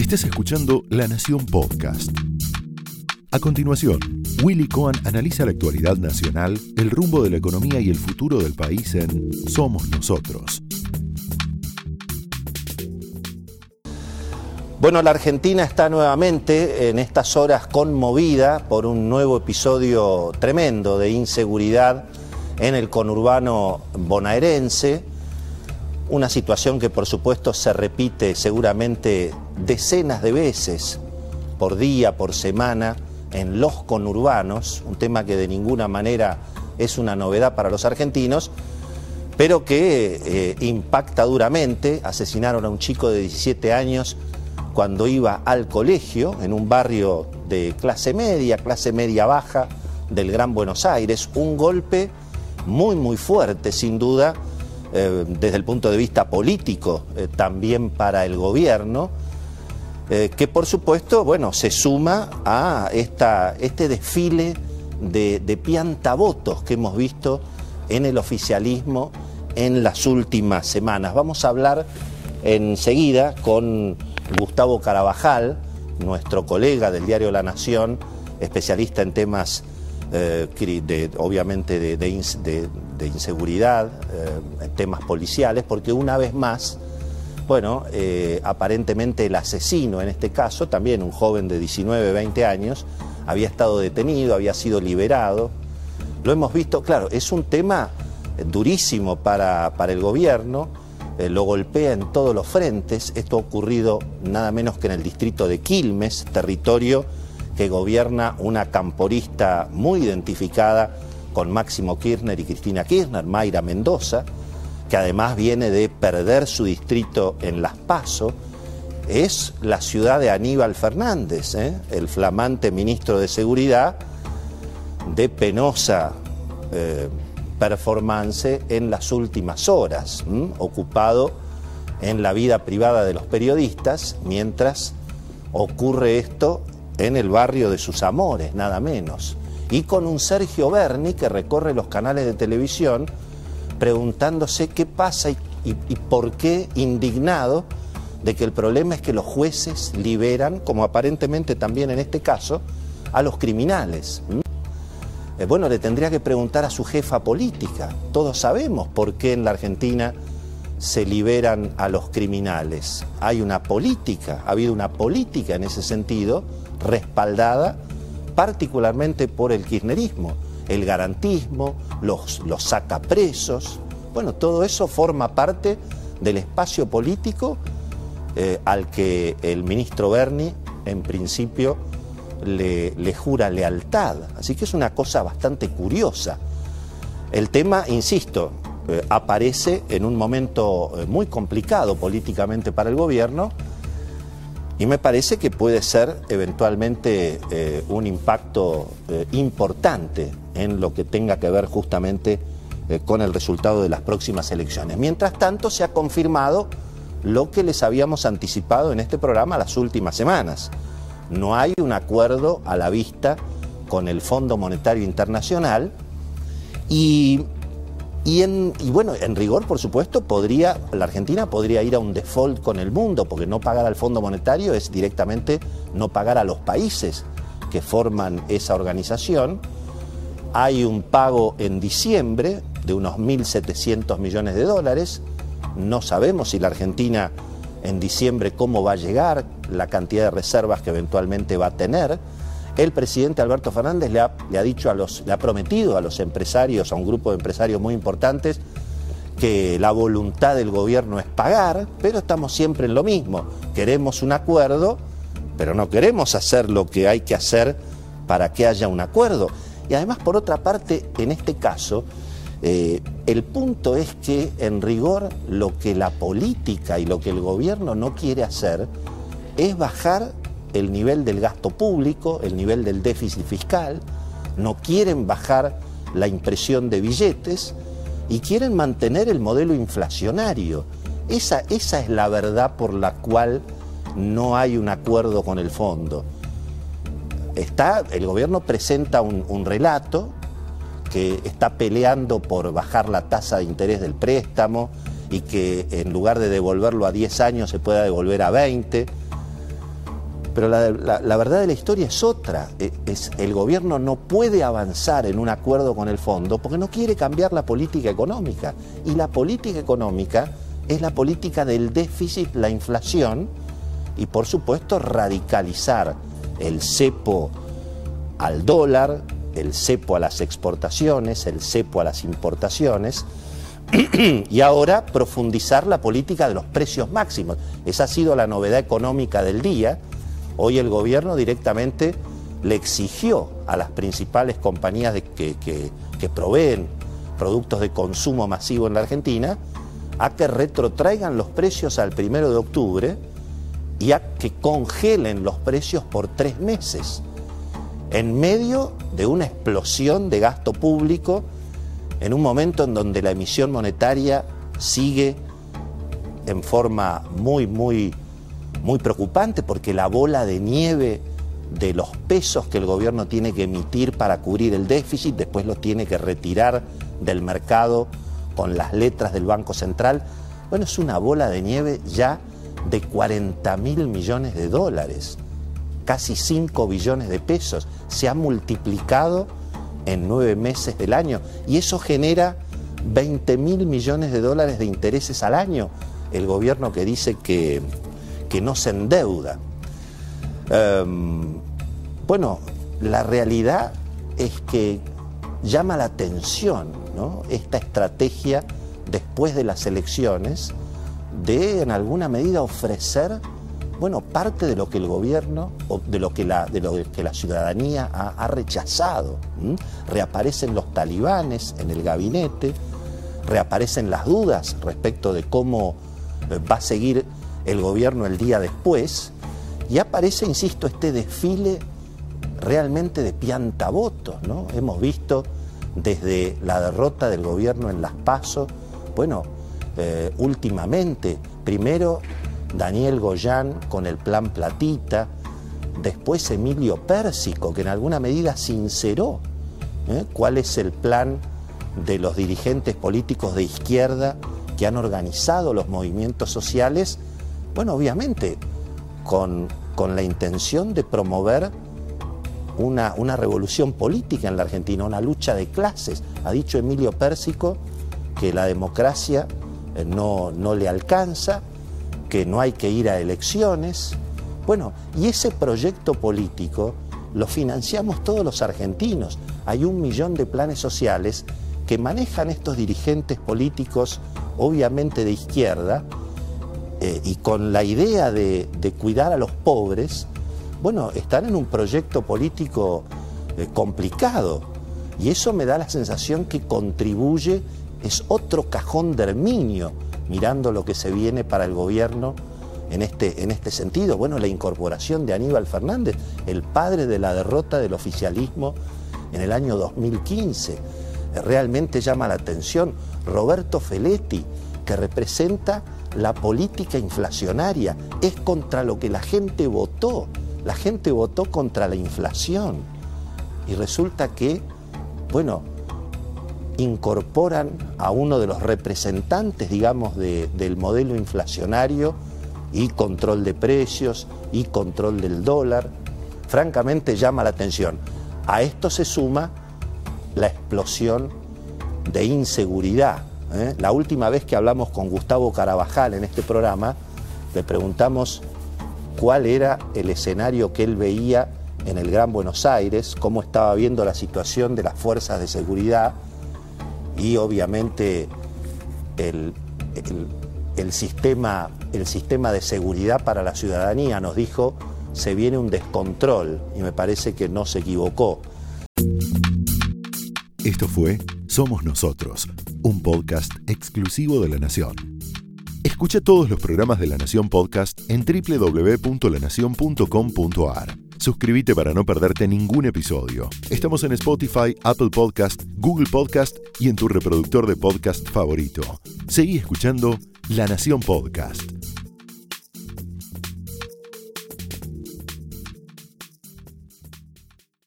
Estás escuchando La Nación Podcast. A continuación, Willy Cohen analiza la actualidad nacional, el rumbo de la economía y el futuro del país en Somos Nosotros. Bueno, la Argentina está nuevamente en estas horas conmovida por un nuevo episodio tremendo de inseguridad en el conurbano bonaerense. Una situación que por supuesto se repite seguramente decenas de veces por día, por semana, en los conurbanos, un tema que de ninguna manera es una novedad para los argentinos, pero que impacta duramente. Asesinaron a un chico de 17 años cuando iba al colegio en un barrio de clase media baja del Gran Buenos Aires. Un golpe muy fuerte, sin duda, desde el punto de vista político, también para el gobierno, que por supuesto, bueno, se suma a este desfile de piantavotos que hemos visto en el oficialismo en las últimas semanas. Vamos a hablar enseguida con Gustavo Carabajal, nuestro colega del diario La Nación, especialista en temas obviamente de inseguridad, temas policiales, porque una vez más, bueno, aparentemente el asesino en este caso, también un joven de 19, 20 años, había estado detenido, había sido liberado. Lo hemos visto, claro, es un tema durísimo para el gobierno, lo golpea en todos los frentes. Esto ha ocurrido nada menos que en el distrito de Quilmes, territorio que gobierna una camporista muy identificada con Máximo Kirchner y Cristina Kirchner, Mayra Mendoza, que además viene de perder su distrito en Las PASO. Es la ciudad de Aníbal Fernández, el flamante ministro de Seguridad, de penosa performance en las últimas horas, ocupado en la vida privada de los periodistas, mientras ocurre esto en el barrio de sus amores, nada menos. Y con un Sergio Berni que recorre los canales de televisión preguntándose qué pasa y por qué, indignado de que el problema es que los jueces liberan, como aparentemente también en este caso, a los criminales. Bueno, le tendría que preguntar a su jefa política. Todos sabemos por qué en la Argentina se liberan a los criminales. Hay una política, ha habido una política en ese sentido, respaldada particularmente por el kirchnerismo, el garantismo, los sacapresos. Bueno, todo eso forma parte del espacio político al que el ministro Berni, en principio, le jura lealtad. Así que es una cosa bastante curiosa. El tema, insisto, aparece en un momento muy complicado políticamente para el gobierno, y me parece que puede ser eventualmente un impacto importante en lo que tenga que ver justamente con el resultado de las próximas elecciones. Mientras tanto, se ha confirmado lo que les habíamos anticipado en este programa las últimas semanas. No hay un acuerdo a la vista con el Fondo Monetario Internacional y bueno, en rigor, por supuesto, la Argentina podría ir a un default con el mundo, porque no pagar al Fondo Monetario es directamente no pagar a los países que forman esa organización. Hay un pago en diciembre de unos 1.700 millones de dólares. No sabemos si la Argentina en diciembre cómo va a llegar, la cantidad de reservas que eventualmente va a tener. El presidente Alberto Fernández le ha prometido a los empresarios, a un grupo de empresarios muy importantes, que la voluntad del gobierno es pagar, pero estamos siempre en lo mismo. Queremos un acuerdo, pero no queremos hacer lo que hay que hacer para que haya un acuerdo. Y además, por otra parte, en este caso, el punto es que, en rigor, lo que la política y lo que el gobierno no quiere hacer es bajar el nivel del gasto público, el nivel del déficit fiscal. No quieren bajar la impresión de billetes y quieren mantener el modelo inflacionario. Esa es la verdad por la cual no hay un acuerdo con el fondo. El gobierno presenta un relato que está peleando por bajar la tasa de interés del préstamo y que en lugar de devolverlo a 10 años se pueda devolver a 20. Pero la verdad de la historia es otra. El gobierno no puede avanzar en un acuerdo con el fondo porque no quiere cambiar la política económica. Y la política económica es la política del déficit, la inflación y, por supuesto, radicalizar el cepo al dólar, el cepo a las exportaciones, el cepo a las importaciones y ahora profundizar la política de los precios máximos. Esa ha sido la novedad económica del día. Hoy el gobierno directamente le exigió a las principales compañías que proveen productos de consumo masivo en la Argentina a que retrotraigan los precios al 1 de octubre y a que congelen los precios por 3 meses, en medio de una explosión de gasto público, en un momento en donde la emisión monetaria sigue en forma muy preocupante, porque la bola de nieve de los pesos que el gobierno tiene que emitir para cubrir el déficit, después los tiene que retirar del mercado con las letras del Banco Central. Bueno, es una bola de nieve ya de 40.000 millones de dólares, casi 5 billones de pesos. Se ha multiplicado en 9 meses del año y eso genera 20.000 millones de dólares de intereses al año. El gobierno que dice que no se endeuda. Bueno, la realidad es que llama la atención, ¿no?, esta estrategia después de las elecciones de, en alguna medida, ofrecer, bueno, parte de lo que el gobierno o de lo que la ciudadanía ha rechazado. Reaparecen los talibanes en el gabinete, reaparecen las dudas respecto de cómo va a seguir el gobierno el día después, y aparece, insisto, este desfile realmente de piantavotos, ¿no? Hemos visto desde la derrota del gobierno en las PASO, bueno, últimamente, primero Daniel Goyán con el plan Platita, después Emilio Pérsico, que en alguna medida sinceró cuál es el plan de los dirigentes políticos de izquierda que han organizado los movimientos sociales, bueno, obviamente con la intención de promover una revolución política en la Argentina, una lucha de clases. Ha dicho Emilio Pérsico que la democracia no le alcanza, que no hay que ir a elecciones. Bueno, y ese proyecto político lo financiamos todos los argentinos. Hay 1 millón de planes sociales que manejan estos dirigentes políticos, obviamente de izquierda, y con la idea de cuidar a los pobres. Bueno, están en un proyecto político complicado, y eso me da la sensación que contribuye, es otro cajón de Herminio, mirando lo que se viene para el gobierno en este sentido. Bueno, la incorporación de Aníbal Fernández, el padre de la derrota del oficialismo en el año 2015, realmente llama la atención. Roberto Feletti, que representa la política inflacionaria, es contra lo que la gente votó. La gente votó contra la inflación y resulta que, bueno, incorporan a uno de los representantes, digamos, del modelo inflacionario y control de precios y control del dólar. Francamente llama la atención. A esto se suma la explosión de inseguridad. La última vez que hablamos con Gustavo Carabajal en este programa, le preguntamos cuál era el escenario que él veía en el Gran Buenos Aires, cómo estaba viendo la situación de las fuerzas de seguridad y obviamente el sistema de seguridad para la ciudadanía. Nos dijo, se viene un descontrol, y me parece que no se equivocó. Esto fue Somos Nosotros, un podcast exclusivo de La Nación. Escucha todos los programas de La Nación Podcast en www.lanacion.com.ar. Suscríbete para no perderte ningún episodio. Estamos en Spotify, Apple Podcast, Google Podcast y en tu reproductor de podcast favorito. Seguí escuchando La Nación Podcast.